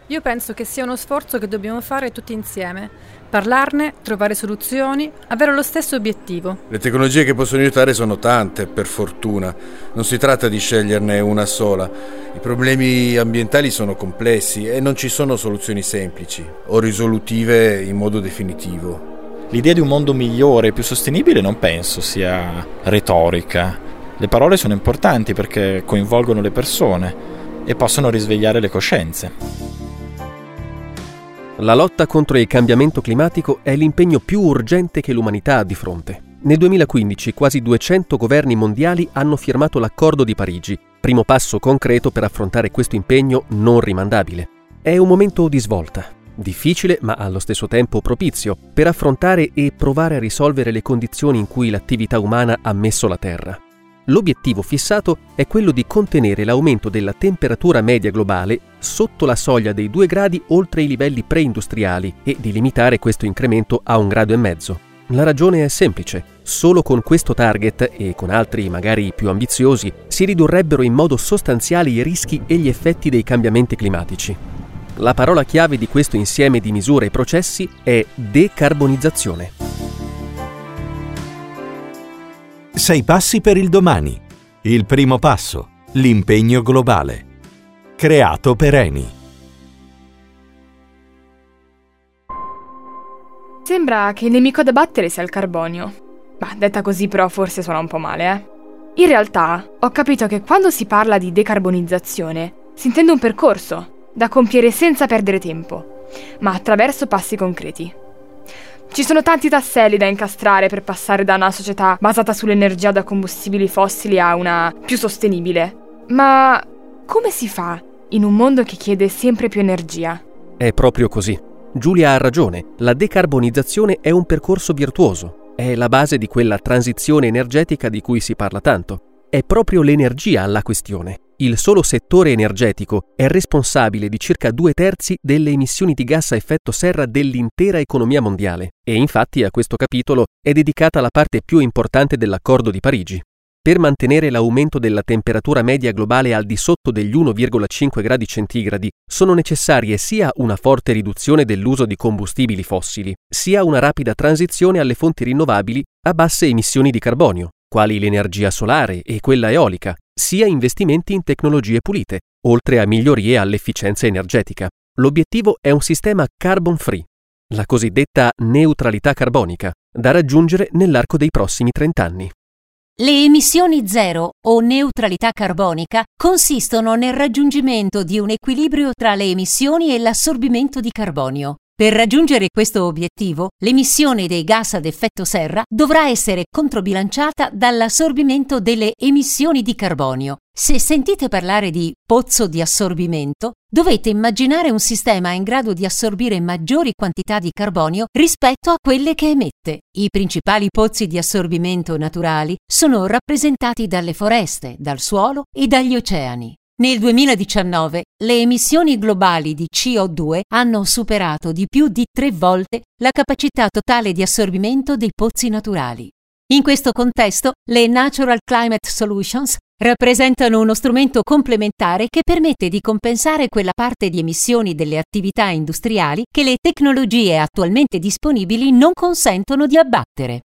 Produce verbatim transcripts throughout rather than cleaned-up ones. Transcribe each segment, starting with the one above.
Io penso che sia uno sforzo che dobbiamo fare tutti insieme. Parlarne, trovare soluzioni, avere lo stesso obiettivo. Le tecnologie che possono aiutare sono tante, per fortuna. Non si tratta di sceglierne una sola. I problemi ambientali sono complessi e non ci sono soluzioni semplici o risolutive in modo definitivo. L'idea di un mondo migliore e più sostenibile non penso sia retorica. Le parole sono importanti perché coinvolgono le persone e possono risvegliare le coscienze. La lotta contro il cambiamento climatico è l'impegno più urgente che l'umanità ha di fronte. Nel duemilaquindici quasi duecento governi mondiali hanno firmato l'Accordo di Parigi, primo passo concreto per affrontare questo impegno non rimandabile. È un momento di svolta, difficile ma allo stesso tempo propizio, per affrontare e provare a risolvere le condizioni in cui l'attività umana ha messo la Terra. L'obiettivo fissato è quello di contenere l'aumento della temperatura media globale sotto la soglia dei due gradi oltre i livelli preindustriali e di limitare questo incremento a un grado e mezzo. La ragione è semplice: solo con questo target e con altri magari più ambiziosi si ridurrebbero in modo sostanziale i rischi e gli effetti dei cambiamenti climatici. La parola chiave di questo insieme di misure e processi è decarbonizzazione. Sei passi per il domani. Il primo passo, l'impegno globale. Creato per Eni. Sembra che il nemico da battere sia il carbonio. Ma detta così però forse suona un po' male, eh? In realtà ho capito che quando si parla di decarbonizzazione si intende un percorso da compiere senza perdere tempo, ma attraverso passi concreti. Ci sono tanti tasselli da incastrare per passare da una società basata sull'energia da combustibili fossili a una più sostenibile. Ma come si fa in un mondo che chiede sempre più energia? È proprio così. Giulia ha ragione. La decarbonizzazione è un percorso virtuoso. È la base di quella transizione energetica di cui si parla tanto. È proprio l'energia la questione. Il solo settore energetico è responsabile di circa due terzi delle emissioni di gas a effetto serra dell'intera economia mondiale e infatti a questo capitolo è dedicata la parte più importante dell'Accordo di Parigi. Per mantenere l'aumento della temperatura media globale al di sotto degli uno virgola cinque gradi centigradi sono necessarie sia una forte riduzione dell'uso di combustibili fossili, sia una rapida transizione alle fonti rinnovabili a basse emissioni di carbonio, quali l'energia solare e quella eolica, sia investimenti in tecnologie pulite, oltre a migliorie all'efficienza energetica. L'obiettivo è un sistema carbon free, la cosiddetta neutralità carbonica, da raggiungere nell'arco dei prossimi trenta anni. Le emissioni zero o neutralità carbonica consistono nel raggiungimento di un equilibrio tra le emissioni e l'assorbimento di carbonio. Per raggiungere questo obiettivo, l'emissione dei gas ad effetto serra dovrà essere controbilanciata dall'assorbimento delle emissioni di carbonio. Se sentite parlare di pozzo di assorbimento, dovete immaginare un sistema in grado di assorbire maggiori quantità di carbonio rispetto a quelle che emette. I principali pozzi di assorbimento naturali sono rappresentati dalle foreste, dal suolo e dagli oceani. Nel duemiladiciannove le emissioni globali di C O due hanno superato di più di tre volte la capacità totale di assorbimento dei pozzi naturali. In questo contesto, le Natural Climate Solutions rappresentano uno strumento complementare che permette di compensare quella parte di emissioni delle attività industriali che le tecnologie attualmente disponibili non consentono di abbattere.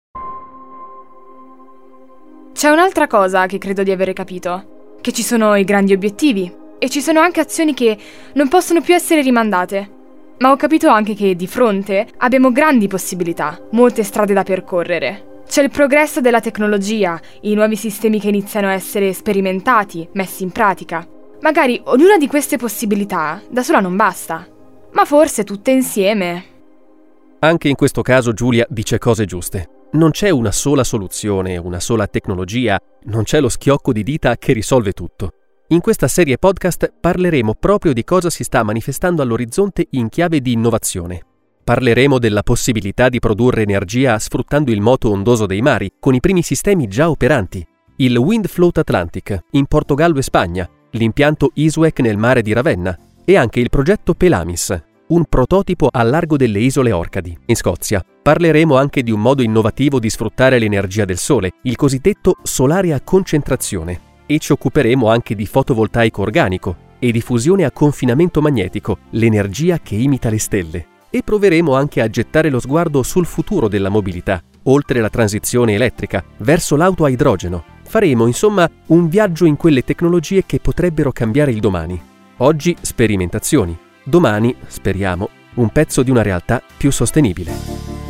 C'è un'altra cosa che credo di avere capito. Che ci sono i grandi obiettivi e ci sono anche azioni che non possono più essere rimandate. Ma ho capito anche che di fronte abbiamo grandi possibilità, molte strade da percorrere. C'è il progresso della tecnologia, i nuovi sistemi che iniziano a essere sperimentati, messi in pratica. Magari ognuna di queste possibilità da sola non basta, ma forse tutte insieme. Anche in questo caso Giulia dice cose giuste. Non c'è una sola soluzione, una sola tecnologia, non c'è lo schiocco di dita che risolve tutto. In questa serie podcast parleremo proprio di cosa si sta manifestando all'orizzonte in chiave di innovazione. Parleremo della possibilità di produrre energia sfruttando il moto ondoso dei mari, con i primi sistemi già operanti. Il Wind Float Atlantic, in Portogallo e Spagna, l'impianto ISWEC nel mare di Ravenna e anche il progetto Pelamis, un prototipo al largo delle isole Orcadi, in Scozia. Parleremo anche di un modo innovativo di sfruttare l'energia del sole, il cosiddetto solare a concentrazione, e ci occuperemo anche di fotovoltaico organico e di fusione a confinamento magnetico, l'energia che imita le stelle. E proveremo anche a gettare lo sguardo sul futuro della mobilità, oltre la transizione elettrica, verso l'auto a idrogeno. Faremo, insomma, un viaggio in quelle tecnologie che potrebbero cambiare il domani. Oggi sperimentazioni, domani, speriamo, un pezzo di una realtà più sostenibile.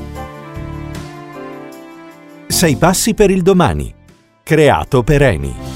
Sei passi per il domani. Creato per Eni.